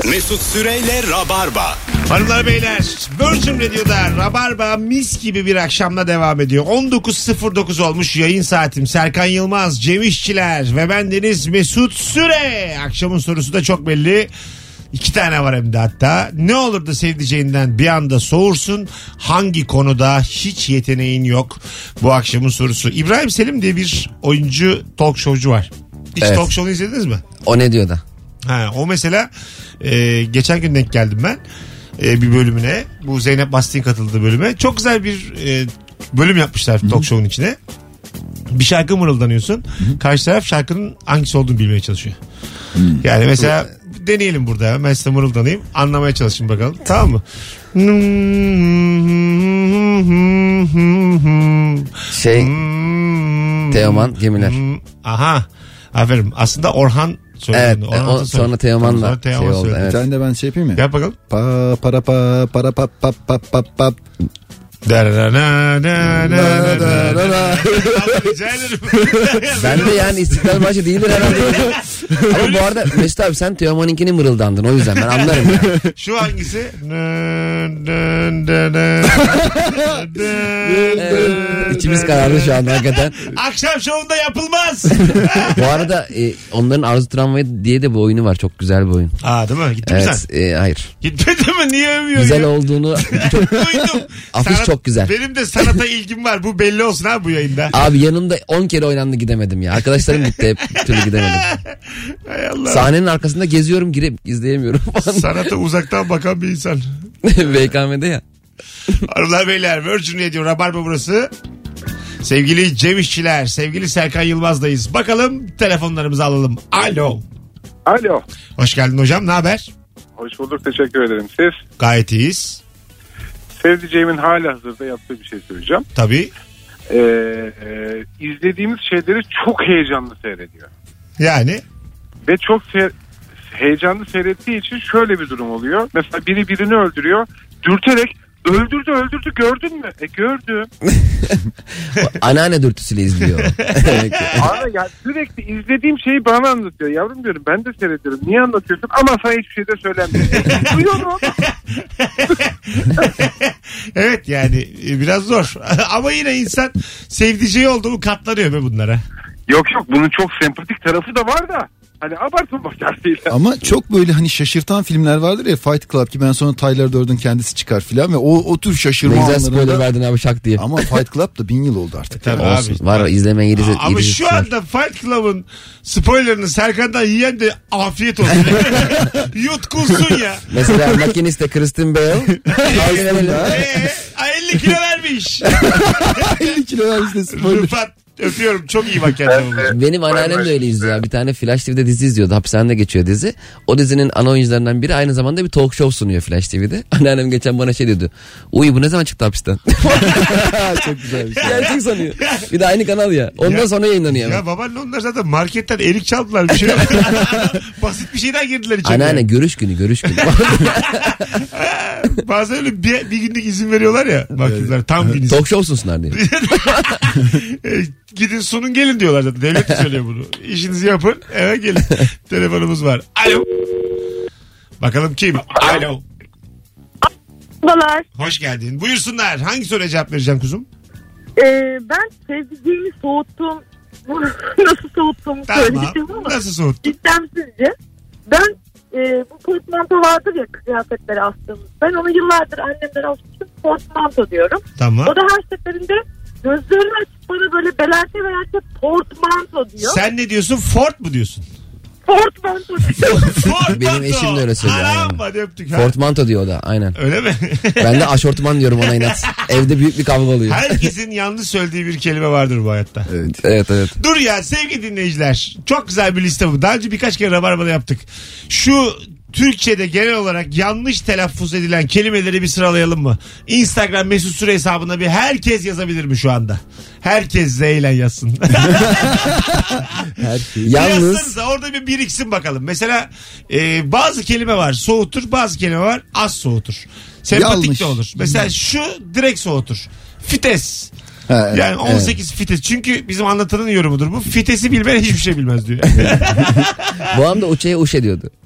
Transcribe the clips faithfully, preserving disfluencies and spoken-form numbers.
Mesut Süreyle Rabarba. Hanımlar beyler, Virgin Radio'da Rabarba mis gibi bir akşamla devam ediyor. on dokuz sıfır dokuz olmuş yayın saatim. Serkan Yılmaz, Cem İşçiler ve bendeniz Mesut Süre. Akşamın sorusu da çok belli. İki tane var hem de hatta. Ne olur da sevdiceğinden bir anda soğursun? Hangi konuda hiç yeteneğin yok? Bu akşamın sorusu. İbrahim Selim diye bir oyuncu, talk showcu var. Hiç Evet. talk show'unu izlediniz mi? O ne diyor da? Ha, o mesela e, geçen gün denk geldim ben e, bir bölümüne. Bu Zeynep Bastik'in katıldığı bölüme. Çok güzel bir e, bölüm yapmışlar talk show'un içine. Bir şarkı mırıldanıyorsun. Hı-hı. Karşı taraf şarkının hangisi olduğunu bilmeye çalışıyor. Hı-hı. Yani mesela deneyelim burada. Ben size mırıldanayım. Anlamaya çalışın bakalım. Tamam mı? Şey Teoman Gemiler. Aha. Aferin. Aslında Orhan söyledi. Evet. Orhan O, sonra Teoman'la sonra Teoman şey oldu. söyledi. Evet. Bir tane de ben şey yapayım mı? Yap bakalım. Pa para pa para pa pa pa pa pa. Rica ederim. Ben de yani İstiklal Marşı değildir herhalde. Ama bu arada Mesut abi sen Teoman'ınkini mırıldandın. O yüzden ben anlarım ya. Şu hangisi? Evet, içimiz karardı şu anda hakikaten. Akşam şovunda yapılmaz. Bu arada e, onların Arzu Tramvayı diye de bir oyunu var. Çok güzel bir oyun. Aa, değil mi? Gittin mi Evet, sen? e, hayır. Gitmedin mi? Niye övmüyorsun Güzel ya? olduğunu çok Duydum. afiş Sanat- çok güzel. Benim de sanata ilgim var. Bu belli olsun ha bu yayında. Abi yanımda on kere oynandı gidemedim ya. Arkadaşlarım gitti hep bir türlü gidemedim. Hay Allah. Sahnenin arkasında geziyorum girip izleyemiyorum. Sanata uzaktan bakan bir insan. V K M'de ya. Hanımlar beyler, Virgin Radio Rabarba burası. Sevgili Cem İşçiler, sevgili Serkan Yılmaz'dayız. Bakalım telefonlarımızı alalım. Alo. Alo. Hoş geldin hocam, ne haber? Hoş bulduk, teşekkür ederim. Siz? Gayet iyiyiz. Sevdiceğimin hala hazırda yaptığı bir şey söyleyeceğim. Tabii. Ee, e, izlediğimiz şeyleri çok heyecanlı seyrediyor. Yani? Ve çok se- heyecanlı seyrettiği için şöyle bir durum oluyor. Mesela biri birini öldürüyor. Dürterek öldürdü öldürdü gördün mü? E gördüm. Anneanne dürtüsüyle izliyor. Ana ya sürekli izlediğim şeyi bana anlatıyor. Yavrum diyorum ben de seyrediyorum. Niye anlatıyorsun? Ama sana hiçbir şey de söylemiyor. Duyuyorum. Evet yani biraz zor. Ama yine insan sevdiceği oldu mu katlanıyor be bunlara. Yok yok bunun çok sempatik tarafı da var da. Hani abartılmak şartıyla. Ama çok böyle hani şaşırtan filmler vardır ya, Fight Club ki ben sonra Tyler Durden kendisi çıkar filan ve o, o tür şaşırma Ne güzel spoiler anlarında. verdin abi şak diye. Ama Fight Club da bin yıl oldu artık. Tabii Yani. abi. Olsun. Var izleme yedi. Ama şu anda Fight Club'ın spoilerını Serkan'dan yiyen de afiyet olsun. Yutkunsun ya. Mesela makiniste Kristen Bale. Eee elli kilo vermiş. elli kilo vermişte spoiler. Rıfat öpüyorum, çok iyi bak kendine. Benim anneannem de öyle izliyor. Bir tane Flash T V'de dizi izliyordu. Hapishanede geçiyor dizi. O dizinin ana oyuncularından biri aynı zamanda bir talk show sunuyor Flash T V'de. Anneannem geçen bana şey diyordu. Uy bu ne zaman çıktı hapisten? Çok güzel bir şey. Gerçek sanıyor. Bir de aynı kanal ya. Ondan Ya- sonra yayınlanıyor. Ya babaanne onlar zaten marketten erik çaldılar bir şey yok. Basit bir şeyden girdiler içeri. Anneanne görüş günü görüş günü. Bazen öyle bir, bir günlük izin veriyorlar ya mahkumlar tam gün izin. Talk show sunsunlar diye. E, Gidin sunun gelin diyorlar zaten. Devlet de söylüyor bunu. İşinizi yapın eve gelin. Telefonumuz var. Alo. Bakalım kim? Alo. Merhabalar. Hoş geldin. Buyursunlar. Hangi soruya cevap vereceğim kuzum? Ee, ben sevdiceğimi soğuttum. Nasıl soğuttuğumu Tamam. söyleyeceğim ama Nasıl soğuttun? istemsizce. Ben e, bu portmanto vardır ya kıyafetleri astığımız. Ben onu yıllardır annemden almıştım. Portmanto diyorum. Tamam. O da her seferinde gözlerini açıp bana böyle belerte belerte portmanto diyor. Sen ne diyorsun? Ford mu diyorsun? Portmanto diyor. Ford Benim eşim de öyle söylüyor, Haram aynen. hadi öptük. Ha? Portmanto diyor o da aynen. Öyle mi? Ben de aşortman diyorum ona inat. Evde büyük bir kavga oluyor. Herkesin yanlış söylediği bir kelime vardır bu hayatta. Evet. Evet evet. Dur ya sevgili dinleyiciler. Çok güzel bir liste bu. Daha önce birkaç kere Rabarba'da yaptık. Şu Türkçe'de genel olarak yanlış telaffuz edilen kelimeleri bir sıralayalım mı? Instagram Mesut Süre hesabına bir herkes yazabilir mi şu anda? Herkes Zeylen yazsın. Her şey. Yalnız Yazsanıza orada bir biriksin bakalım. Mesela e, bazı kelime var soğutur, bazı kelime var az soğutur. Sempatik Yanlış. de olur. Mesela şu direkt soğutur. Fites. Ha, evet. Yani on sekiz fites. Çünkü bizim anlatanın yorumudur bu. Fitesi bilmeyen hiçbir şey bilmez diyor. bu anda uçaya uş ediyordu.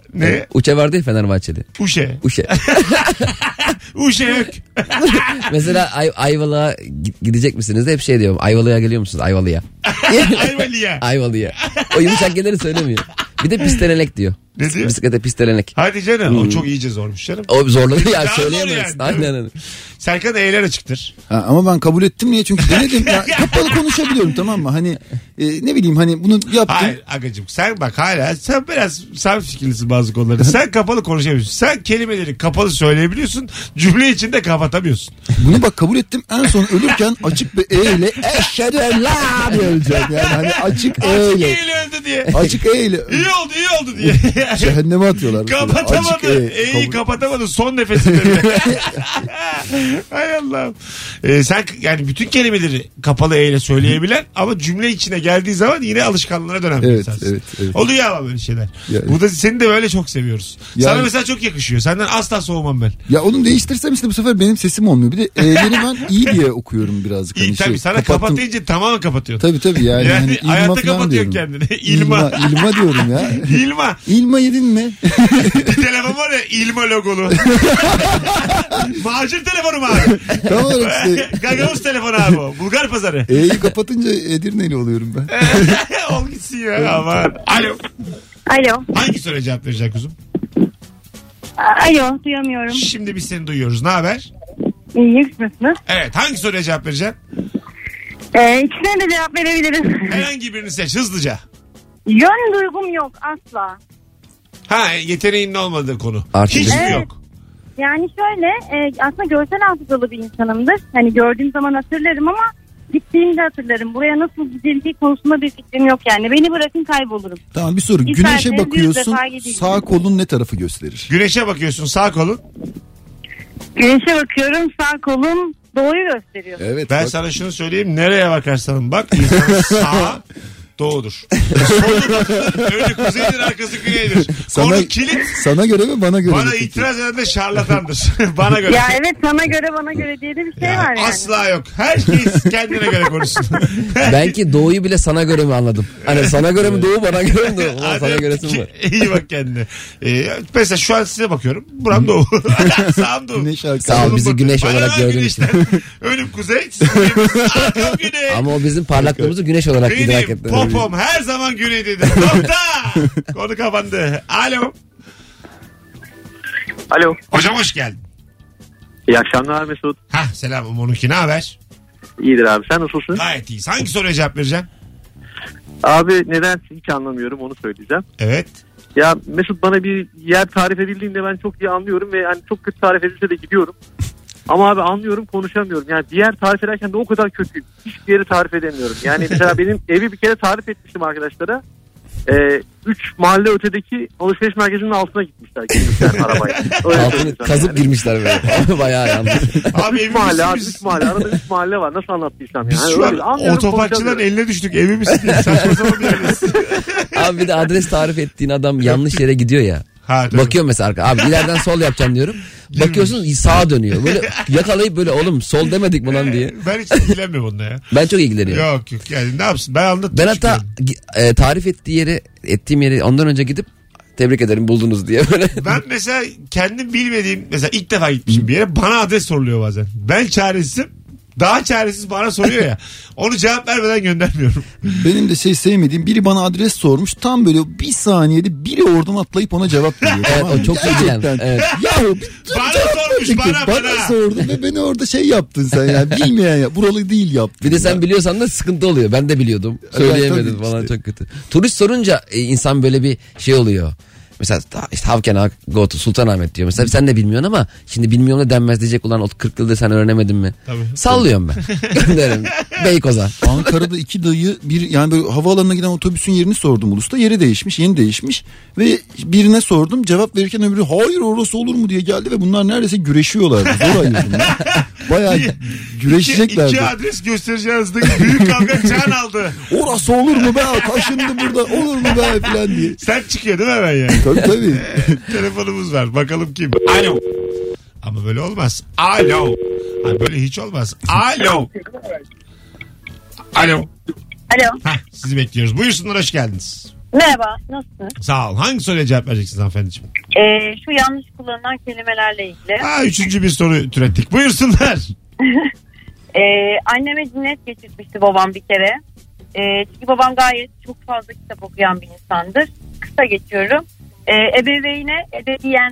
Ne? Uçe vardı ya Fenerbahçeli. Uşe. Uşe. Uşe yok. Mesela Ay Ayvalık'a gidecek misiniz de hep şey diyorum. Ayvalık'a geliyor musunuz? Ayvalık'a. Ayvalık'a. Ayvalık'a. O yumuşak geleri söylemiyor. Bir de pistelenek diyor. Ne diyor? Bisiklete pistelenek. Hadi canım. Hmm. O çok iyice zormuş canım. O zorladı ya, Daha söyleyemez. zor yani, Aynen öyle. Serkan eğler açıktır. Ha, ama ben kabul ettim niye? Çünkü denedim. Ya, kapalı konuşabiliyorum, tamam mı? Hani e, ne bileyim hani bunu yaptım. Hayır agacım sen bak hala sen biraz sabit fikirlisin bazı konularda. Sen kapalı konuşamıyorsun. Sen kelimeleri kapalı söyleyebiliyorsun. Cümle içinde kapatamıyorsun. Bunu bak kabul ettim. En son ölürken açık bir E ile eşhedü en la diye öleceğim. Yani hani açık E Açık ile. eyle öldü diye. Açık E ile. İyi oldu iyi oldu diye. Cehenneme atıyorlar. Kapatamadı. Açık E. E'yi Kabul- kapatamadı. Son nefesinde. Hay Allah'ım. Ee, sen yani bütün kelimeleri kapalı E ile söyleyebilen ama cümle içine geldiği zaman yine alışkanlığına dönen bir Evet, insansın. evet, evet. Oluyor ama böyle şeyler. Yani. Bu da seni de böyle çok seviyoruz. Yani- Sana mesela çok yakışıyor. Senden asla soğumam ben. Ya onu değiştirsem işte bu sefer benim sesim olmuyor. Bir de E'leri ben iyi diye okuyorum birazcık. İyi Hani tabii şey, sana kapattım. kapat deyince tamamen kapatıyorsun. Tabii tabii yani. Yani hani ilma hayatta falan kapatıyorsun diyorum. kendini. İlma. İlma, ilma diyorum ya. İlma. İlma yedin mi? Telefon var ya İlma logolu. Macir telefonu mu abi? Tam olarak işte. Gagavuz telefonu abi o. Bulgar pazarı. E'yi kapatınca Edirne'li oluyorum ben. Ol gitsin ya aman. Alo. Alo. Hangi soruya cevap vereceksin kuzum? Alo, duyamıyorum. Şimdi biz seni duyuyoruz. Ne haber? İyiyim, nasılsınız? Evet. Hangi soruya cevap vereceksin? Ee, ikisine de cevap verebilirim. Herhangi birini seç hızlıca. Yön duygum yok asla. Ha yeteneğinin olmadığı konu. Artık Hiç mi Evet. yok? Yani şöyle e, aslında görsel hafızalı bir insanımdır. Hani gördüğüm zaman hatırlarım ama gittiğimde hatırlarım. Buraya nasıl gidildiği konusunda bir fikrim yok yani. Beni bırakın kaybolurum. Tamam bir soru. İsterseniz Güneşe yüz bakıyorsun. defa gideyim. Sağ kolun ne tarafı gösterir? Güneşe bakıyorsun sağ kolun. Güneşe bakıyorum, sağ kolum doğuyu gösteriyor. Evet. Ben bak. sana şunu söyleyeyim. Nereye bakarsan bak insanın sağı doğudur. Solu batıdır. Önü kuzeydir arkası güneydir. Sana, Konu kilit. sana göre mi bana göre mi? Bana peki? itiraz eden de şarlatandır. Bana göre. Ya evet, sana göre bana göre diye de bir şey Ya var yani. asla yok. Herkes kendine göre konuşsun. Belki doğuyu bile sana göre mi anladım? Hani sana göre mi doğu, bana göre mi doğu? Ulan Hadi sana öptük. göresi mi var? İyi bak kendine. Ee, mesela şu an size bakıyorum. Buram doğu. Sağım doğu. Güneş arkası. Sağ ol, bizi Solum güneş batı. olarak Bana gördüğün güneşten. Önüm kuzey. Arkam güney. Ama o bizim parlaklığımızı güneş olarak idrak Benim etti. popom her zaman güney dedi. Nokta. Konu kapandı. Alo. Alo. Hocam hoş geldin. İyi akşamlar Mesut. Hah selam onunki ne haber? İyidir abi, sen nasılsın? Gayet iyiyiz. Hangi soruya cevap vereceksin? Abi neden hiç anlamıyorum, onu söyleyeceğim. Evet. Ya Mesut, bana bir yer tarif edildiğinde ben çok iyi anlıyorum ve yani çok kötü tarif edilse de gidiyorum. Ama abi anlıyorum, konuşamıyorum. Yani bir yer tarif ederken de o kadar kötüyüm. Hiçbir yeri tarif edemiyorum. Yani mesela benim evi bir kere tarif etmiştim arkadaşlara. Ee, üç mahalle ötedeki alışveriş merkezinin altına gitmişler. Gitmişler arabayla. Öyle Altını söyleyeyim kazıp yani. girmişler böyle. Bayağı yanlış. Abi Üç emin mahalle abi, misiniz? üç mahalle. Arada üç mahalle var. Nasıl anlattıysam Biz yani. şu Öyle an anlıyorum, otoparkçıların konuşamıyorum. eline düştük. Emin misin diye saçma sapan bir yerdeyiz. Abi bir de adres tarif ettiğin adam yanlış yere gidiyor ya. Ha, tabii. Bakıyor mesela arka. Abi ileriden sol yapacağım diyorum. Bakıyorsun sağa dönüyor. Böyle yakalayıp böyle oğlum sol demedik mi lan diye. Ben hiç ilgilenmiyorum onunla ya. Ben çok ilgileniyorum. Yok yok yani ne yapsın ben anlattım. Ben çünkü hatta yani. e, tarif ettiği yeri, ettiğim yeri ondan önce gidip tebrik ederim buldunuz diye böyle. Ben mesela kendim bilmediğim mesela ilk defa gitmişim bir yere bana adres soruluyor bazen. Ben çaresizim. Daha çaresiz bana soruyor ya. Onu cevap vermeden göndermiyorum. Benim de şey sevmediğim, biri bana adres sormuş. Tam böyle bir saniyede biri oradan atlayıp ona cevap veriyor. Evet, tamam mı? o çok Gerçekten. ilgilen. Evet. Yahu bir Bana cevap sormuş, verecektin. bana, bana. sordu ve beni orada şey yaptın sen yani. Bilmeyen ya. Buralı değil yaptın. Bir de sen ya. biliyorsan da sıkıntı oluyor. Ben de biliyordum. Söyleyemedim tabii falan, işte. çok kötü. Turist sorunca e, insan böyle bir şey oluyor. Mesela işte how can I go to Sultanahmet diyor. Mesela sen de bilmiyorsun ama şimdi bilmiyorum da denmez diyecek, ulan o kırk yılda sen öğrenemedin mi? Tabii. Sallıyorum ben. Gönderirim. Beykoz'a. Ankara'da iki dayı bir yani böyle havaalanına giden otobüsün yerini sordum Ulus'ta. Yeri değişmiş, yeni değişmiş ve birine sordum. Cevap verirken öbürü hayır orası olur mu diye geldi ve bunlar neredeyse güreşiyorlardı. Zor ayırdım ya. Bayağı güreşeceklerdi. İki, iki adres göstereceğinizde büyük kavga can aldı. Orası olur mu be? Kaşındı burada. Olur mu be falan diye. Sen çıkıyor değil mi hemen yani? Tabii tabii. Telefonumuz var. Bakalım kim? Alo. Ama böyle olmaz. Alo. Ay böyle hiç olmaz. Alo. Alo. Alo. Heh, sizi bekliyoruz. Buyursunlar, hoş geldiniz. Merhaba, nasılsınız? Sağ ol. Hangi soruya cevap vereceksiniz hanımefendiciğim? Ee, şu yanlış kullanılan kelimelerle ilgili. Ha, üçüncü bir soru türettik. Buyursunlar. Ee, anneme cinnet geçirmişti babam bir kere. Ee, çünkü babam gayet çok fazla kitap okuyan bir insandır. Kısa geçiyorum. Ee, ebeveyne ebediyen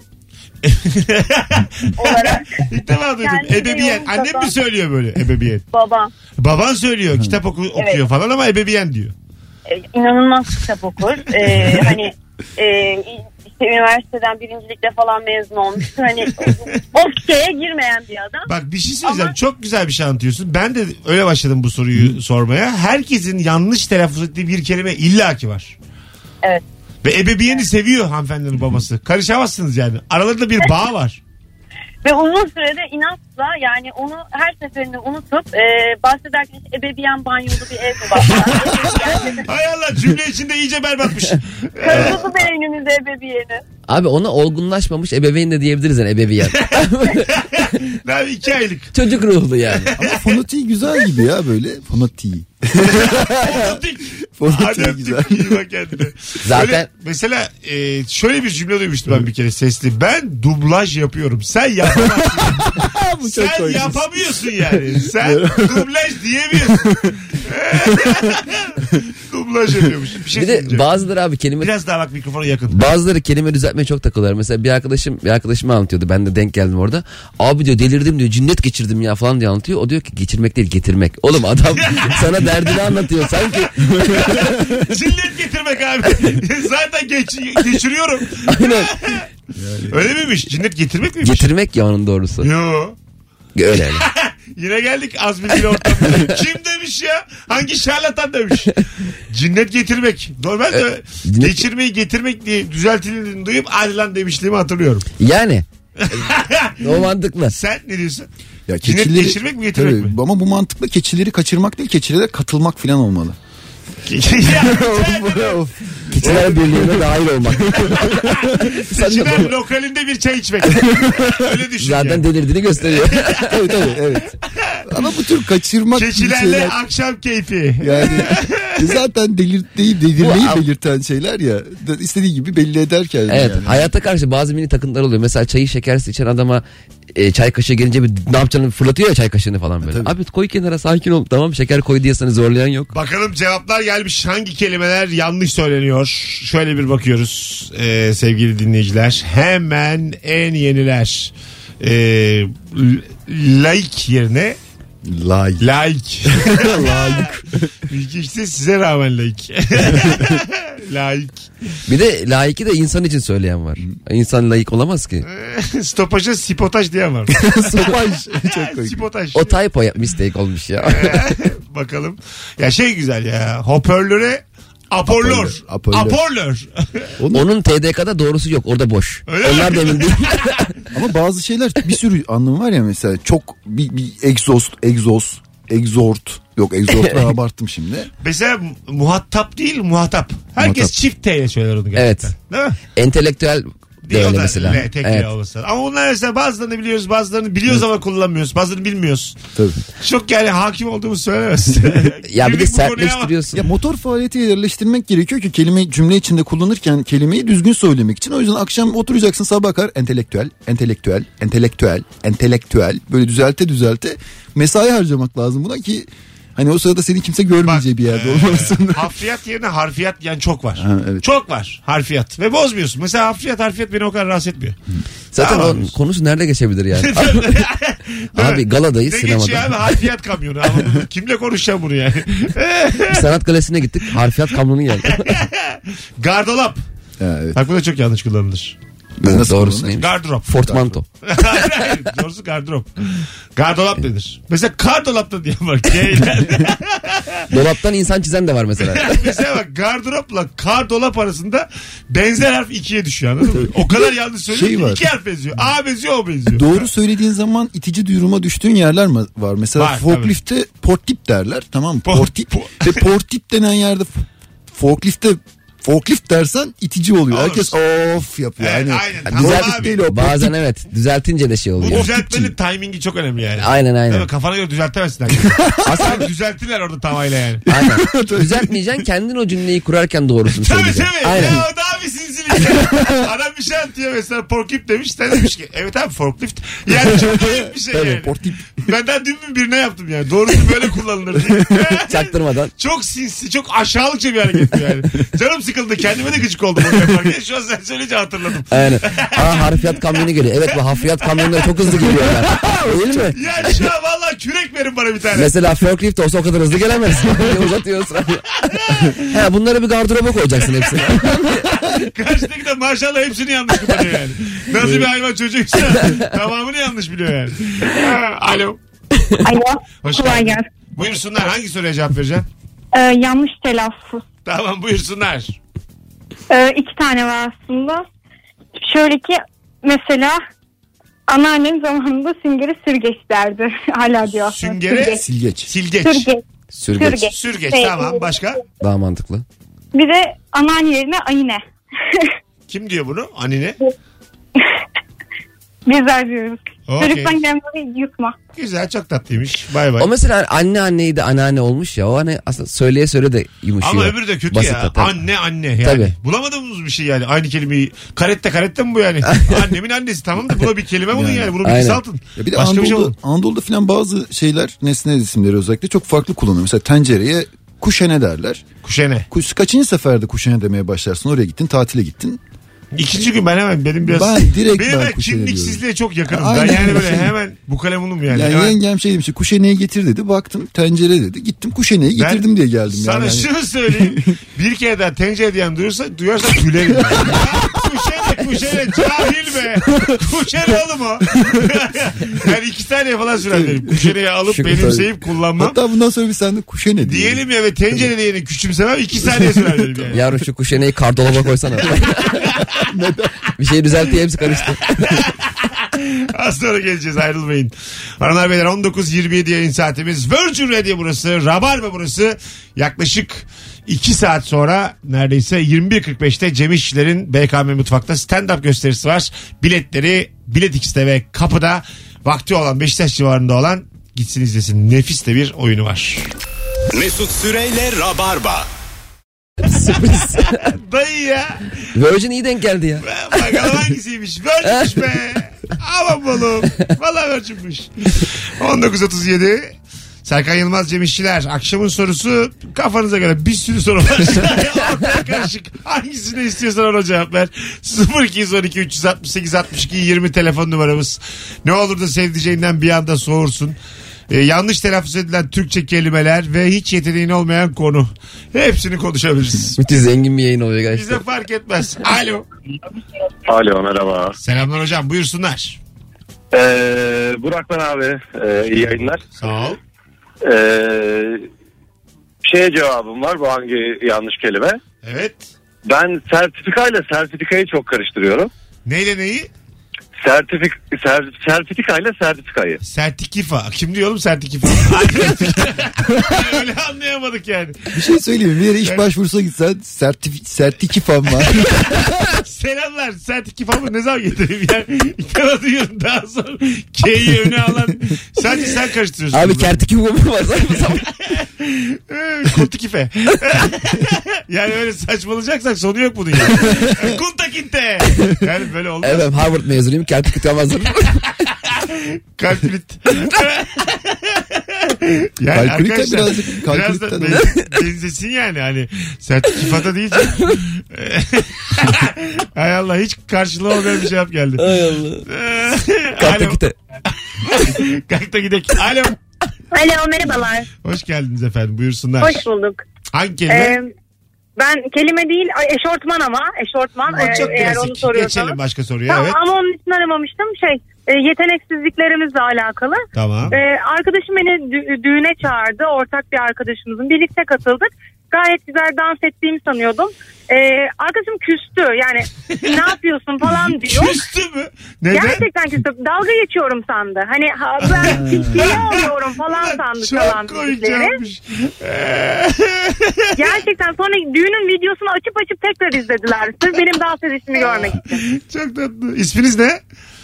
olarak. İlk defa duydum. Kendine Ebebiyen. yolun Annem kazan. mi söylüyor böyle ebebiyen? Babam. Baban söylüyor. Kitap oku- okuyor Evet. falan ama ebebiyen diyor. Ee, inanılmaz kitap okur. Ee, hani e, işte üniversiteden birincilikle falan mezun olmuştu. Hani o şeye girmeyen bir adam. Bak bir şey söyleyeceğim. Ama- Çok güzel bir şey anlatıyorsun. Ben de öyle başladım bu soruyu sormaya. Herkesin yanlış telaffuz ettiği bir kelime illaki var. Evet. Ve ebeveyeni seviyor hanımefendinin babası. Karışamazsınız yani. Aralarında bir bağ var. Ve uzun sürede inatla yani onu her seferinde unutup e, bahsederken işte ebeveyn banyolu bir ev mi var? Hay Allah, cümle içinde iyice berbatmış. Kırmızı beyniniz ebeveyni. Abi ona olgunlaşmamış ebeveyn de diyebiliriz yani ebeveyn. Daha iki aylık. Çocuk ruhlu yani. Ama fonetiği güzel gibi ya böyle. Fonetiği. Fonetik. Fonetiği Hadi öptük. güzel. İyi bak kendine. Zaten- Böyle, mesela e, şöyle bir cümle duymuştum ben bir kere sesli. Ben dublaj yapıyorum. Sen yapamazsın. Bu çok Sen koymuş. yapamıyorsun yani. Sen dublaj diyemiyorsun. Dublaj yapıyormuş. Bir şey Bir de söyleyeceğim. bazıları abi kelime Biraz daha bak mikrofona yakın. Bazıları kelime düzeltmeye çok takılıyorlar. Mesela bir arkadaşım bir arkadaşıma anlatıyordu. Ben de denk geldim orada. Abi diyor delirdim diyor. Cinnet geçirdim ya falan diye anlatıyor. O diyor ki geçirmek değil getirmek. Oğlum adam sana derdini anlatıyor. Sanki Cinnet getirmek abi. Zaten geç, geçiriyorum. aynen Öyle miymiş? Cinnet getirmek miymiş? getirmek ya onun doğrusu. Yo. Öyle öyle. Yine geldik az bilgili ortamda. Kim demiş ya? Hangi şarlatan demiş? Cinnet getirmek. Normalde cinnet- geçirmeyi getirmek diye düzeltildiğini duyup hadi lan demişliğimi hatırlıyorum. Yani. O mantıklı. Sen ne diyorsun? Ya Cinnet keçileri, geçirmek mi getirmek tabii, mi? ama bu mantıkla keçileri kaçırmak değil, keçilere katılmak falan olmalı. Ya, Of. Keçiler birliğine dahil olmak. Sen de Keçiler bu- lokalinde bir çay içmek. Öyle düşün zaten yani. delirdiğini gösteriyor. tabii tabii evet. Ama bu tür kaçırmak gibi Keçilerle şeyler akşam keyfi. yani zaten delirtmeyi, delirmeyi Bu- belirten şeyler ya. Da- istediği gibi belli ederken. Evet, yani. hayata karşı bazı mini takıntılar oluyor. Mesela çayı şekersiz içen adama e, çay kaşığı gelince bir ne yapacağını fırlatıyor ya çay kaşığını falan böyle. tabii. Abi koy kenara sakin ol. Tamam şeker koy diye seni zorlayan yok. Bakalım cevaplar gelmiş. Hangi kelimeler yanlış söyleniyor? Şöyle bir bakıyoruz ee, sevgili dinleyiciler. Hemen en yeniler. Ee, l- laik yerine Layık. laik. Laik. İşte size rağmen laik. Laik. Bir de layıkı da insan için söyleyen var. İnsan layık olamaz ki. Stopaja sipotaj diyen var. Sopaj. Çok komik. Sipotaj. O typo ya- mistake olmuş ya. Bakalım. Ya şey güzel ya. Hoparlöre aporlör. Aporlör. Aporlör. Onun T D K'da doğrusu yok. Orada boş. Öyle Onlar mi? da emin değil. Ama bazı şeyler bir sürü anlamı var ya, mesela çok bir, bir egzoz, egzoz, egzort. Yok egzortla abarttım şimdi. Mesela muhatap değil muhatap. Herkes Muhatap. çift T ile söyler onu gerçekten. Değil mi? Entelektüel de Değil, o öyle da mesela. le- tek Evet. L olması. Ama bunlar mesela bazılarını biliyoruz bazılarını biliyoruz ama kullanmıyoruz. Bazılarını bilmiyoruz. Tabii. Çok yani hakim olduğumuz söylemez. Ya bir de Girdik bu konuya ama- sertleştiriyorsun. Ya motor faaliyeti yerleştirmek gerekiyor ki kelime cümle içinde kullanırken kelimeyi düzgün söylemek için. O yüzden akşam oturacaksın sabah kadar entelektüel, entelektüel, entelektüel, entelektüel böyle düzelte düzelte mesai harcamak lazım buna ki hani o sırada seni kimse görmeyeceği bir yerde Ee, olmasın. Hafriyat yerine harfiyat yani çok var. Ha, evet. Çok var harfiyat ve bozmuyorsun. Mesela hafriyat harfiyat beni o kadar rahatsız etmiyor. Zaten Tamam. o konusu nerede geçebilir yani? Değil Abi mi? galadayız Ne geçiyor abi sinemada. harfiyat kamyonu. Ama kimle konuşacağım bunu yani? Bir sanat galerisi'ne gittik. Harfiyat kamyonu geldi. Gardolap. Ha, evet. Bak bu da çok yanlış kullanılır. Nasıl Doğrusu kullanılır? neymiş? Gardırop. Portmanto. Hayır, hayır. Doğrusu gardırop. Gardolap nedir? Mesela kardolapta diye var. G'ler. Dolaptan insan çizen de var mesela. Mesela bak gardıropla kardolap arasında benzer harf ikiye düşüyor anladın mı? O kadar yanlış söylüyor Şey ki var. iki harf benziyor. A benziyor o benziyor. Doğru söylediğin zaman itici duruma düştüğün yerler mi var? Mesela Var, forklifte portip derler, tamam mı? Po- Portip po- ve portip denen yerde f- forklifte forklift dersen itici oluyor. Olur. Herkes of yapıyor. Evet, yani. aynen. Ya Tamam düzelt- abi. değil o. Bazen evet düzeltince de şey Bu oluyor. düzeltmenin timingi çok önemli yani. Aynen Değil aynen. mi? Kafana göre düzeltemezsin. Yani. Aslında düzelttiler orada tavayla yani. Aynen. Düzeltmeyeceksin kendin o cümleyi kurarken doğrusunu Tabii söyleyeceksin. tabii. Aynen. Ya o daha bir sinsilik. Adam bir şey anlatıyor mesela forklift demiş. Sen demiş ki evet abi forklift. Yani çok büyük bir şey Tabii, yani. forklift. Ben daha dün mü birine yaptım yani. Doğrusu böyle kullanılır diye. Çaktırmadan. Çok sinsi, çok aşağılıkça bir hareket bu yani. Canım sıkıldı. Kendime de gıcık oldum onu yaparken. Şu an sen söyleyince hatırladım. Aynen. Aa harfiyat kamyonu geliyor. Evet bu harfiyat kamyonları çok hızlı geliyorlar. Değil mi? Ya şu an valla kürek verin bana bir tane. Mesela forklift olsa o kadar hızlı gelemez. Uzatıyor sırayı. He bunları bir gardıroba koyacaksın hepsini. Karşıdaki de maşallah hepsini yanlış kullanıyor yani. Nasıl bir hayvan çocuksa tamamını yanlış biliyor yani. Ha, alo. Alo. Hoş Kolay geldin. gelsin. Buyursunlar. Hangi soruya cevap vereceksin? Ee, yanlış telaffuz. Tamam buyursunlar. Ee, iki tane var aslında. Şöyle ki mesela anneannem zamanında süngeri sürgeç derdi. Hala diyor aslında. Süngere Sürgeç. Silgeç. silgeç. Sürgeç. Sürgeç. Sürgeç. Sürgeç Şey, tamam. Başka? Daha mantıklı. Bir de anneannelerine ayine. Kim diyor bunu? Anine. Bizler diyoruz. Okey. Çocuktan gelen böyle yutma. Güzel çok tatlıymış. Bay bay. O mesela anne anneyi de anneanne olmuş ya. O hani aslında söyleye söyle de yumuşuyor. Ama öbürü de kötü Basit ya. de, tabii. Anne anne yani. Tabii. Bulamadığımız bir şey yani. Aynı kelimeyi. Karette karette mi bu yani? Annemin annesi tamam da bu da bir kelime bunun yani. Bunu bir Aynen. kısaltın. Ya bir de Başka bir şey Anadolu'da, olun. Anadolu'da falan bazı şeyler nesne isimleri özellikle çok farklı kullanılıyor. Mesela tencereye kuşene derler. Kuşene. Kuş, kaçıncı seferde kuşene demeye başlarsın? Oraya gittin, tatile gittin. İkinci gün ben hemen benim biraz Ben direkt benim ben ben kuşene kimliksizliğe çok yakınım. Aynen. Ben yani böyle hemen bu kalemunum yani. Yani Hemen- yengem şey demiş, kuşeneyi getir dedi. Baktım tencere dedi. Gittim kuşeneyi Ben getirdim diye geldim. Sana yani. şunu söyleyeyim. Bir kere daha tencere diyen duyursa, duyarsa gülerim. Yani. Kuşene kuşene cahil be. Kuşene oğlum o. Yani iki saniye falan sürer benim. Kuşeneyi alıp Şükür benimseyip kullanmam. Hatta bundan sonra bir sen de kuşene diyelim. Diyelim ya ve tencere diyeni küçümsemem iki saniye sürer benim yani. Yavrum şu kuşeneyi kardolaba koysana. Bir şey düzeltti hepsi karıştı. Az sonra geleceğiz ayrılmayın. Hanımlar beyler on dokuz yirmi yedi yayın saatimiz. Virgin Radio burası. Rabarba burası. Yaklaşık iki saat sonra neredeyse yirmi bir kırk beşte Cem İşçilerin B K M Mutfak'ta stand-up gösterisi var. Biletleri Bilet X'te ve kapıda vakti olan Beşiktaş civarında olan gitsin izlesin. Nefis de bir oyunu var. Mesut Süreyle Rabarba. Sürpriz. Dayı ya. Virgin iyi denk geldi ya. Bakalım hangisiymiş. Virgin'miş be. Aman oğlum. Valla Virgin'miş. on dokuz otuz yedi Serkan Yılmaz, Cem İşçiler. Akşamın sorusu kafanıza göre bir sürü soru var. Ortaya karışık. Hangisini istiyorsan ona cevap ver. sıfır iki on iki üç altı sekiz altmış iki yirmi telefon numaramız. Ne olur da sevdiceğinden bir anda soğursun. Ee, yanlış telaffuz edilen Türkçe kelimeler ve hiç yeteneğin olmayan konu. Hepsini konuşabiliriz. Müthiş zengin bir yayın oluyor gerçekten. Bize fark etmez. Alo. Alo merhaba. Selamlar hocam, buyursunlar. Ee, Burak ben abi. Ee, iyi yayınlar. Sağ ol. Ee, şeye cevabım var, bu hangi yanlış kelime? Evet. Ben sertifikayla sertifikayı çok karıştırıyorum. Neyle neyi? Sertifik, ser, sertifikayla sertifikayı. Sertikifa. Kim diyor oğlum sertikifa? Öyle anlayamadık yani. Bir şey söyleyeyim mi? Bir yere iş başvurusuna gitsen sertif sertikifam var. Selamlar. Sertikifa mı ne zaman getireyim yani? İlk defa duyuyorum, daha sonra K'yi öne alan. Sadece sen karıştırıyorsun. Abi bunu. kertiki bu mu var? Ee, Kuntikife. Yani öyle saçmalayacaksak sonu yok bunun yani. Kuntakinte. Yani böyle olmaz. Evet Harvard mezunuyum kertiki tamazdır. Kalkülit. Yani Kalkülite arkadaşlar birazcık biraz da kalkülitten ben- benzesin yani hani sertifikata değil. Hay Allah, hiç karşılığı olmayan bir cevap geldi. Ay Allah. Alo. Kertikite. Kalk da gidelim. Alo. Alo merhabalar. Hoş geldiniz efendim, buyursunlar. Hoş bulduk. Hangi kelime? Ee, ben kelime değil ay, eşortman ama eşortman O e, çok eğer klasik. onu soruyorsanız. Geçelim başka soruya. Tamam, Evet. ama onun için aramamıştım şey e, yeteneksizliklerimizle alakalı. Tamam. E, arkadaşım beni dü- düğüne çağırdı, ortak bir arkadaşımızın, birlikte katıldık. Gayet güzel dans ettiğimi sanıyordum. E, arkadaşım küstü yani ne yapıyorsun falan diyor. Küstü mü? Neden? Gerçekten küstüm. Dalga geçiyorum sandı. Hani ha, ben hediye alıyorum falan sandı çalan Çok komik müzikleri. yapmış. Gerçekten sonra düğünün videosunu açıp açıp tekrar izlediler. Sırf benim dans edişimi görmek için. Çok tatlı. İsminiz ne?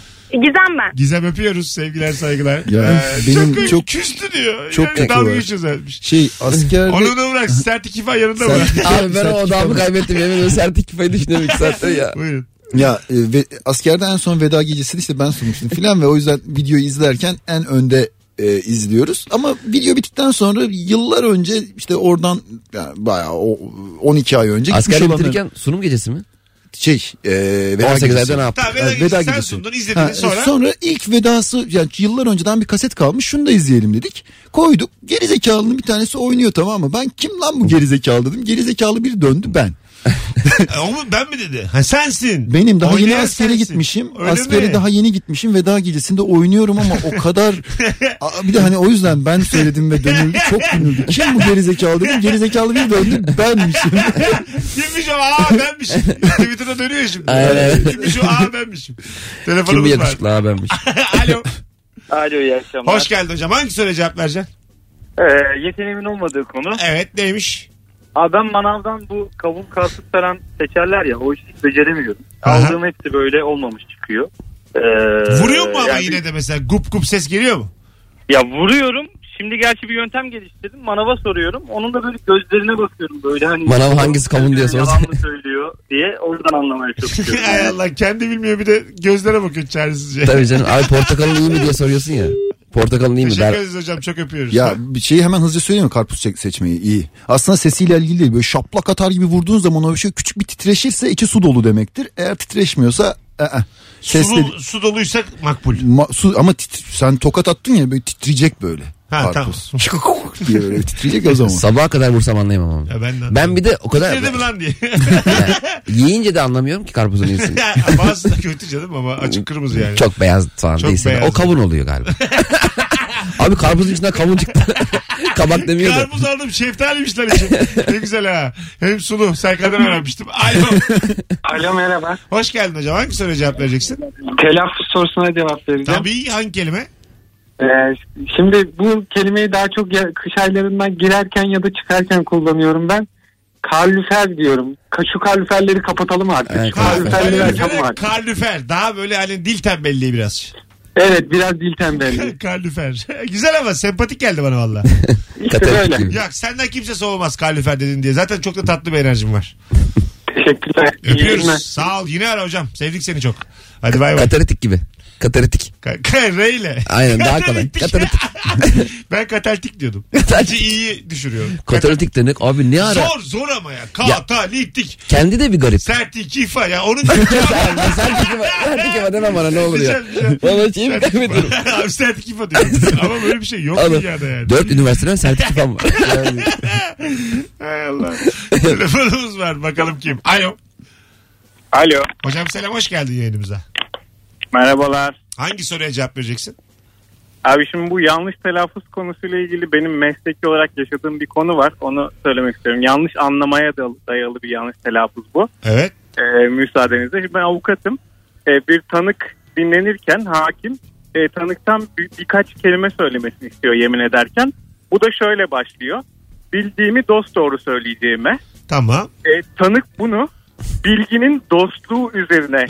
Gizem ben. Gizem öpüyoruz. Sevgiler saygılar. Ya, Ee, benim çok, çok- küstü diyor. çok yani kötü dalga var. geçiyoruz etmiş. Şey askerde... Onu da bırak. Sertikifa yanında mı? Abi ben o odamı kaybettim. Yemin ediyorum sertifikayı düşünüyorum iki saattir ya. Buyurun. Ya e, ve askerde en son veda gecesini işte ben sunmuştum filan ve o yüzden videoyu izlerken en önde e, izliyoruz. Ama video bittikten sonra yıllar önce işte oradan yani bayağı o on iki ay önce gitmiş Asker olanlar- bitirirken sunum gecesi mi? şey e, veda on sekiz gecesi. ayda ne yaptın? Tamam veda, Ha, gecesi. veda Sen gecesi. sundun izledin Ha, sonra. sonra ilk vedası yani yıllar önceden bir kaset kalmış şunu da izleyelim dedik. Koyduk gerizekalının bir tanesi oynuyor tamam mı? Ben kim lan bu gerizekalı dedim. Gerizekalı biri döndü ben. E, o mu ben mi dedi? Ha sensin. Benim daha Oynayan yeni askere sensin. gitmişim. Öyle Askere mi? daha yeni gitmişim. Veda gecesinde oynuyorum ama o kadar... Aa, bir de hani o yüzden ben söyledim ve dönüldü. Çok dönüldü. Kim bu gerizekalı dedim. Gerizekalı bir döndü. Benmişim. Kimmiş o? Aa benmişim. Twitter'da dönüyor şimdi. Aynen. Kimmiş o? Aa benmişim. Kim bu Telefonumuz var. yakışıklı abi benmiş. Alo. Alo iyi akşamlar. Hoş geldin hocam. Hangi soruya cevap vereceksin? Ee, yeteneğimin olmadığı konu. Evet neymiş? Abi ben manavdan bu kavun karpuz falan seçerler ya o işi hiç beceremiyorum. Aha. Aldığım hepsi böyle olmamış çıkıyor. Ee, Vuruyor mu ama yani- yine de mesela gup gup ses geliyor mu? Ya vuruyorum. Şimdi gerçi bir yöntem geliştirdim. Manava soruyorum. Onun da böyle gözlerine bakıyorum böyle hani. Manav hangisi kavun diye sorsa. Yalan mı söylüyor diye oradan anlamaya çalışıyorum. Hay Allah kendi bilmiyor bir de gözlere bakıyor çaresizce. Tabii canım. Abi portakalın iyi mi diye soruyorsun ya. Portakalın iyi mi? Teşekkür Der. ederiz hocam çok öpüyoruz. Ya bir şeyi hemen hızlıca söyleyeyim mi? Karpuz çek- seçmeyi iyi. Aslında sesiyle ilgili değil. Böyle şaplak atar gibi vurduğun zaman o şey küçük bir titreşirse içi su dolu demektir. Eğer titreşmiyorsa ı-ı. su, Sesle, su doluysa makbul. Ma- su, ama tit- sen tokat attın ya böyle titreyecek böyle. Ha, karpuz. diye böyle titreyecek o zaman. Sabaha kadar vursam anlayamam ama. Ya ben, de Ben bir de o kadar... Titredi mi lan diye. Yani yiyince de anlamıyorum ki karpuzun iyisini. Bazısı da kötü canım ama açık kırmızı yani. Çok beyaz falan Çok değilse. beyaz. O kavun oluyor galiba. Abi karpuzun içinden kavun çıktı. Kabak demiyor da. Karpuz aldım şeftaliymiş lan için. Ne güzel ha. Hem sulu. Serkan'dan öğrenmiştim. Alo. Alo merhaba. Hoş geldin hocam. Hangi soruya cevap vereceksin? Telaffuz sorusuna cevap vereceğim. Tabii hangi kelime? Ee, şimdi bu kelimeyi daha çok ya- kış aylarından girerken ya da çıkarken kullanıyorum ben. Kalorifer diyorum. Ka- Şu kaloriferleri kapatalım artık. Evet, Şu kaloriferleri açalım Kalorifer, artık. kalorifer. Daha böyle hani dil tembelliği biraz. Evet biraz dil tembelliği. Kalorifer. Güzel ama sempatik geldi bana valla. İşte Katarak böyle. gibi. Ya senden kimse soğumaz kalorifer dedin diye. Zaten çok da tatlı bir enerjim var. Teşekkürler. İyi yayınlar. Öpüyoruz. Sağ ol. Yine ara hocam. Sevdik seni çok. Hadi bay bay. Katalitik gibi. Katalitik. Ka- ka- R ile. Aynen daha kolay. Katalitik. Ben kataltik diyordum. Sadece iyiyi düşürüyorum. Katalitik demek abi ne ara? Zor zor ama ya. Katalitik. Kendi de bir garip. Sertikifa ya. Onun Sen sertikifa, sertikifa demem bana ne olur ya. Güzel, güzel. Valla şeyimi kaybediyorum. Abi sertikifa diyorum. Ama böyle bir şey yok Oğlum, dünyada yani. Dört üniversiteden sertifikam var. Yani. Hay Allah. Telefonumuz var. Bakalım kim? Alo. Alo. Hocam selam hoş geldin yayınımıza. Merhabalar. Hangi soruya cevap vereceksin? Abi şimdi bu yanlış telaffuz konusuyla ilgili benim mesleki olarak yaşadığım bir konu var. Onu söylemek istiyorum. Yanlış anlamaya dayalı bir yanlış telaffuz bu. Evet. Ee, müsaadenizle. Şimdi ben avukatım. Ee, bir tanık dinlenirken hakim e, tanıktan bir, birkaç kelime söylemesini istiyor yemin ederken. Bu da şöyle başlıyor. Bildiğimi dosdoğru söyleyeceğime. Tamam. E, tanık bunu bilginin dostluğu üzerine.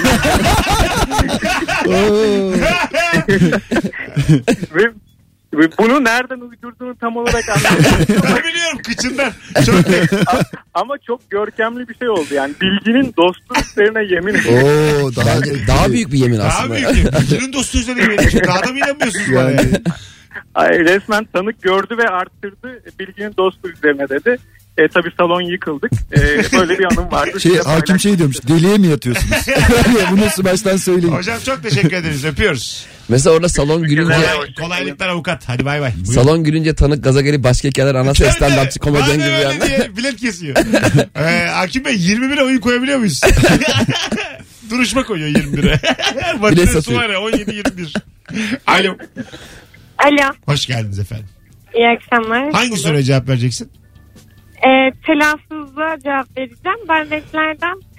ve, ve bunu nereden uydurduğunu tam olarak anlamıyorum. Ben biliyorum kıçından. Çok net. Ama çok görkemli bir şey oldu yani. Bilginin dostluğu üzerine yemin ediyorum. Oo, daha, Bence daha büyük bir yemin Daha aslında. büyük. Bütünün dostu üzerine yemin. Daha da mı inanmıyorsunuz bana Yani. yani? Ay, resmen tanık gördü ve arttırdı. Bilginin dostluğu üzerine dedi. E, tabii salon yıkıldık. E, böyle bir anım vardı. Şey, Size hakim paylaşmak şey diyormuş. Deliye mi yatıyorsunuz? Bunu baştan söyleyin. Hocam çok teşekkür ederiz. Öpüyoruz. Mesela orada salon gülünce Kolay, kolaylıklar avukat. Hadi bay bay. Buyurun. salon gülünce tanık gaza gelip başka hikayeler anlatsa Tabii, stand-upçı tabii. komedyen Bazen gibi bir öyle anda. diye bilet kesiyor. ee, Hakim Bey yirmi bire oyun koyabiliyor muyuz? Duruşma koyuyor yirmi bire. Matinesi satıyor. var ya on yedi yirmi bir. Alo. Alo. Hoş geldiniz efendim. İyi akşamlar. Hangi soruya cevap vereceksin? Ee, telaffuzda cevap vereceğim. Ben renklerden pen,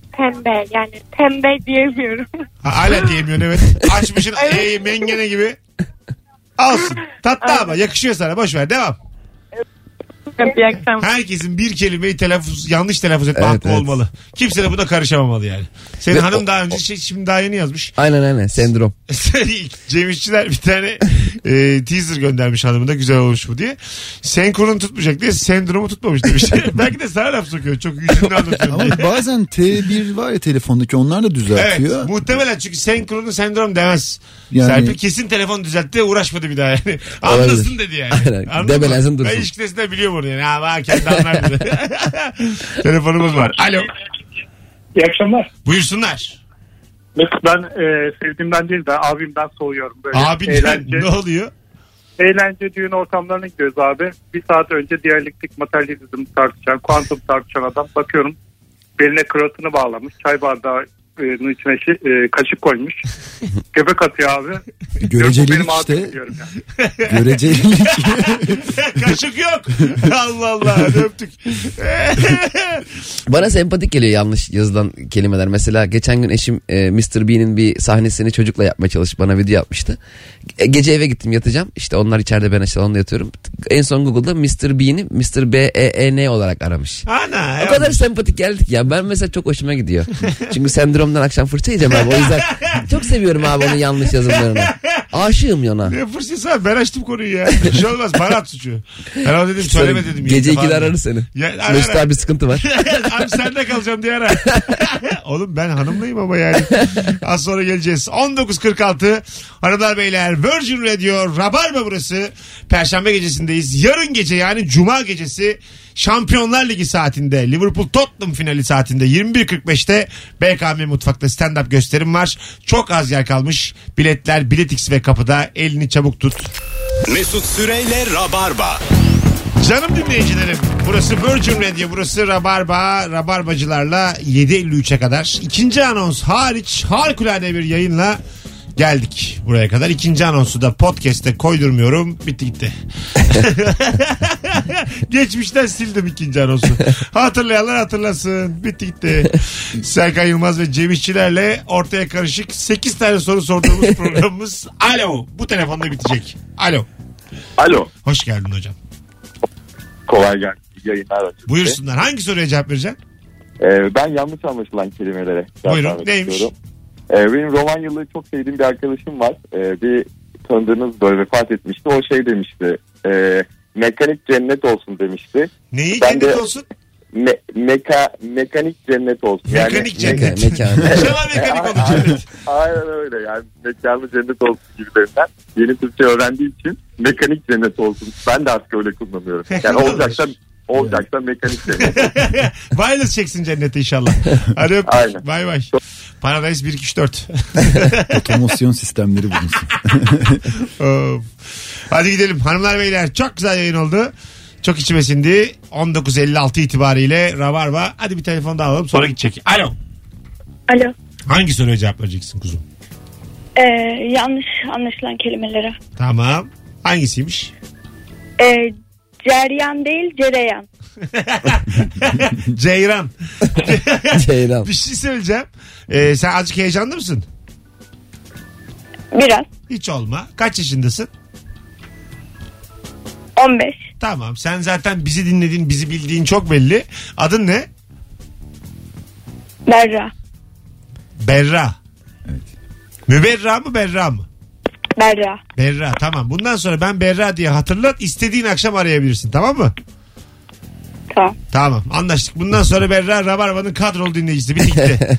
Pembe yani pembe diyemiyorum. Ha, hala diyemiyorsun evet. Açmışsın ey mengene gibi. Alsın. Tatlı ama yakışıyor sana. Boş ver devam. Bir akşam. Herkesin bir kelimeyi telaffuz yanlış telaffuz etme Evet, hakkı evet. olmalı. Kimse de buna karışamamalı yani. Senin Ve hanım o- daha önce şey, şimdi daha yeni yazmış. Aynen aynen sendrom. Cem İşçiler bir tane e, teaser göndermiş hanımına güzel olmuş bu diye. Senkronunu tutmayacak diye sendromu tutmamış demiş. Belki de sana laf sokuyor. Çok yüzünü anlatıyorum diye. Ama bazen T bir var ya telefondaki onlar da Evet düzeltiyor. muhtemelen çünkü senkronu sendrom demez. Yani- Serpil kesin telefon düzeltti uğraşmadı bir daha yani. Anlasın dedi yani. Aynen. Anladın mı? Debelensin dursun. Ben ilişkisinde biliyorum onu yani. Ha bak kendi anlar dedi. Telefonumuz var. Alo. İyi akşamlar. Buyursunlar. Mesut ben e, sevdiğimden değil de abimden soğuyorum. Böyle Abinden eğlence, ne oluyor? eğlence düğün ortamlarına gidiyoruz abi. Bir saat önce diyalektik materyalizm tartışan, kuantum tartışan adam. Bakıyorum beline kırotunu bağlamış. Çay bardağının içine şey, e, kaşık koymuş. Göbek atıyor abi. Görecelilik Benim abim işte. diyorum yani. Görecelilik. Kaşık yok. Allah Allah hadi öptük. Bana sempatik geliyor yanlış yazılan kelimeler. Mesela geçen gün eşim e, mister Bean'in bir sahnesini çocukla yapmaya çalışıp bana video yapmıştı. E, gece eve gittim yatacağım. İşte onlar içeride ben aşağıda yatıyorum. En son Google'da mister Bean'i mister B E E N olarak aramış. Ana. O kadar sempatik geldik ya. Ben mesela çok hoşuma gidiyor. Çünkü sendromdan akşam fırça yiyeceğim abi. O yüzden çok seviyorum abi onun yanlış yazımlarını. Aşığım yana. Ne fırsatı abi ben açtım konuyu ya. Bir şey olmaz bana at suçu. Ben o dedim söyleme dedim. Gece Falan ikide diye. ararır seni. Ya, ara, Mesut ara. abi sıkıntı var. Abi sende kalacağım diye ara. Oğlum ben hanımlıyım ama yani. Az sonra geleceğiz. on dokuz kırk altı hanımlar beyler Virgin Radio Rabarba burası. Perşembe gecesindeyiz. Yarın gece yani Cuma gecesi Şampiyonlar Ligi saatinde Liverpool Tottenham finali saatinde yirmi bir kırk beşte B K M Mutfak'ta stand-up gösterim var. Çok az yer kalmış. Biletler Biletix ve kapıda. Elini çabuk tut. Mesut Süreyle Rabarba. Canım dinleyicilerim burası Virgin Radio burası Rabarba Rabarbacılarla yedi elli üçe kadar ikinci anons hariç harikulade bir yayınla geldik buraya kadar. İkinci anonsu da podcast'te koydurmuyorum. Bitti gitti. Geçmişten sildim ikinci anonsu. Hatırlayanlar hatırlasın. Bitti gitti. Serkan Yılmaz ve Cem İşçilerle ortaya karışık sekiz tane soru sorduğumuz programımız. Alo. Bu telefonda bitecek. Alo. Alo. Hoş geldin hocam. Kolay gelsin. İyi yayınlar. Buyursunlar. Hangi soruya cevap vereceksin? Ee, ben yanlış anlaşılan kelimelere. cevap Buyurun, vermek neymiş? istiyorum. Ee, benim Romanyalı çok sevdiğim bir arkadaşım var. Ee, bir tanıdığınız böyle vefat etmişti. O şey demişti. E, mekanik cennet olsun demişti. Neyi Ben cennet de- olsun? Me, meka, mekanik cennet olsun. Mekanik yani, cennet. Mekan. İnşallah mekanik olur cennet. Aynen öyle yani mekanlı cennet olsun gibilerinden. Yeni Türkçe öğrendiği için mekanik cennet olsun. Ben de artık öyle kullanıyorum. Yani olacaksa olacaksa mekanik cennet. Wireless çeksin cenneti inşallah. Hadi öptük. Aynen. Bay bay. Paradise bir iki üç dört. Otomasyon sistemleri bulunsun. Of. Hadi gidelim hanımlar beyler. Çok güzel yayın oldu. Çok içime sindi. on dokuz elli altı itibariyle Rabarba. Hadi bir telefon daha alalım sonra gidecek. Alo. Alo. Hangi soruya cevap vereceksin kuzum? Ee, yanlış anlaşılan kelimelere. Tamam. Hangisiymiş? Ee, cereyan değil cereyan. Ceyran. Ceylan. Bir şey söyleyeceğim. Ee, sen azıcık heyecanlı mısın? Biraz. Hiç olma. Kaç yaşındasın? on beş. Tamam. Sen zaten bizi dinlediğin, bizi bildiğin çok belli. Adın ne? Berra. Berra. Evet. Müberra mı Berra mı? Berra. Berra tamam. Bundan sonra ben Berra diye hatırlat. İstediğin akşam arayabilirsin tamam mı? Tamam. Tamam anlaştık. Bundan sonra Berra Rabarba'nın kadrolu dinleyicisi. Bitti gitti.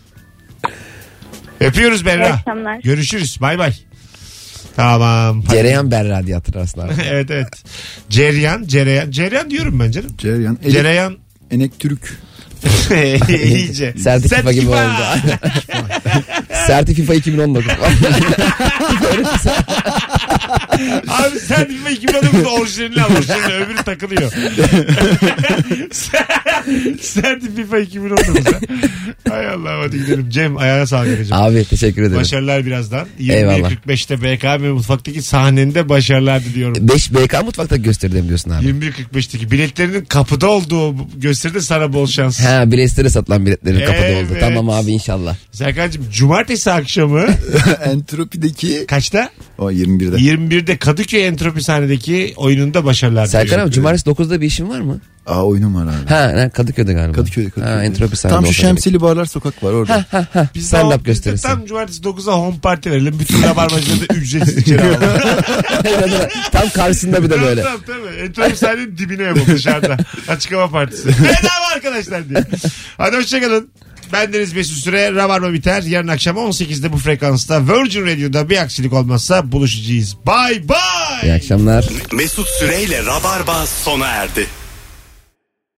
Öpüyoruz İyi Berra. akşamlar. Görüşürüz. Bay bay. Tamam. Hadi. Cereyan Berra diye hatırlarsın abi. Evet evet. Cereyan, cereyan. Cereyan diyorum ben canım. Cereyan. Elek, Cereyan. Enektürk. İyice. Serti FIFA gibi oldu. Serti FIFA iki bin on dokuz. Abi sen FIFA iki bin on dokuzda orijinalini al. Orijinalini öbürü takılıyor. sen, sen de FIFA iki bin on dokuzda. Hay Allah hadi gidelim. Cem ayağına sağlık edeceğim. Abi teşekkür ederim. Başarılar birazdan. yirmi Eyvallah. kırk beşte B K M Mutfak'taki sahnende başarılar diliyorum. beş B K mutfakta gösterdim diyorsun abi. yirmi bir kırk beşteki biletlerinin kapıda olduğu gösteride sana bol şans. Ha biletlere satılan biletlerin kapıda Evet. oldu. Tamam abi inşallah. Serkan'cığım cumartesi akşamı Entropideki kaçta? o yirmi birde. yirmi birde Kadıköy Entropi sahnedeki oyununda başarılar Serkan diliyorum. abi cumartesi dokuzda bir işin var mı? Aa oyunum var abi. Ha ne, Kadıköy'de galiba. Kadıköy'de, Kadıköy'de. Ha entropi sahnede Tam şu olsa gerek. Şemsili Barlar Sokak var orada. Ha ha ha. Biz de, Stand o- up biz de gösterisi. tam cumartesi dokuza home party verelim. Bütün rabarbacıları da ücretsiz içeri alalım. Tam karşısında bir de böyle. Tamam tamam. Entropi sahnenin dibine yapalım dışarıda. Açık hava partisi. Bedava arkadaşlar diye. Hadi hoşçakalın. Bendeniz Mesut Süre. Rabarba biter. Yarın akşam on sekizde bu frekansta Virgin Radio'da bir aksilik olmazsa buluşacağız. Bye bye. İyi akşamlar. Mesut Süreyle Rabarba sona erdi.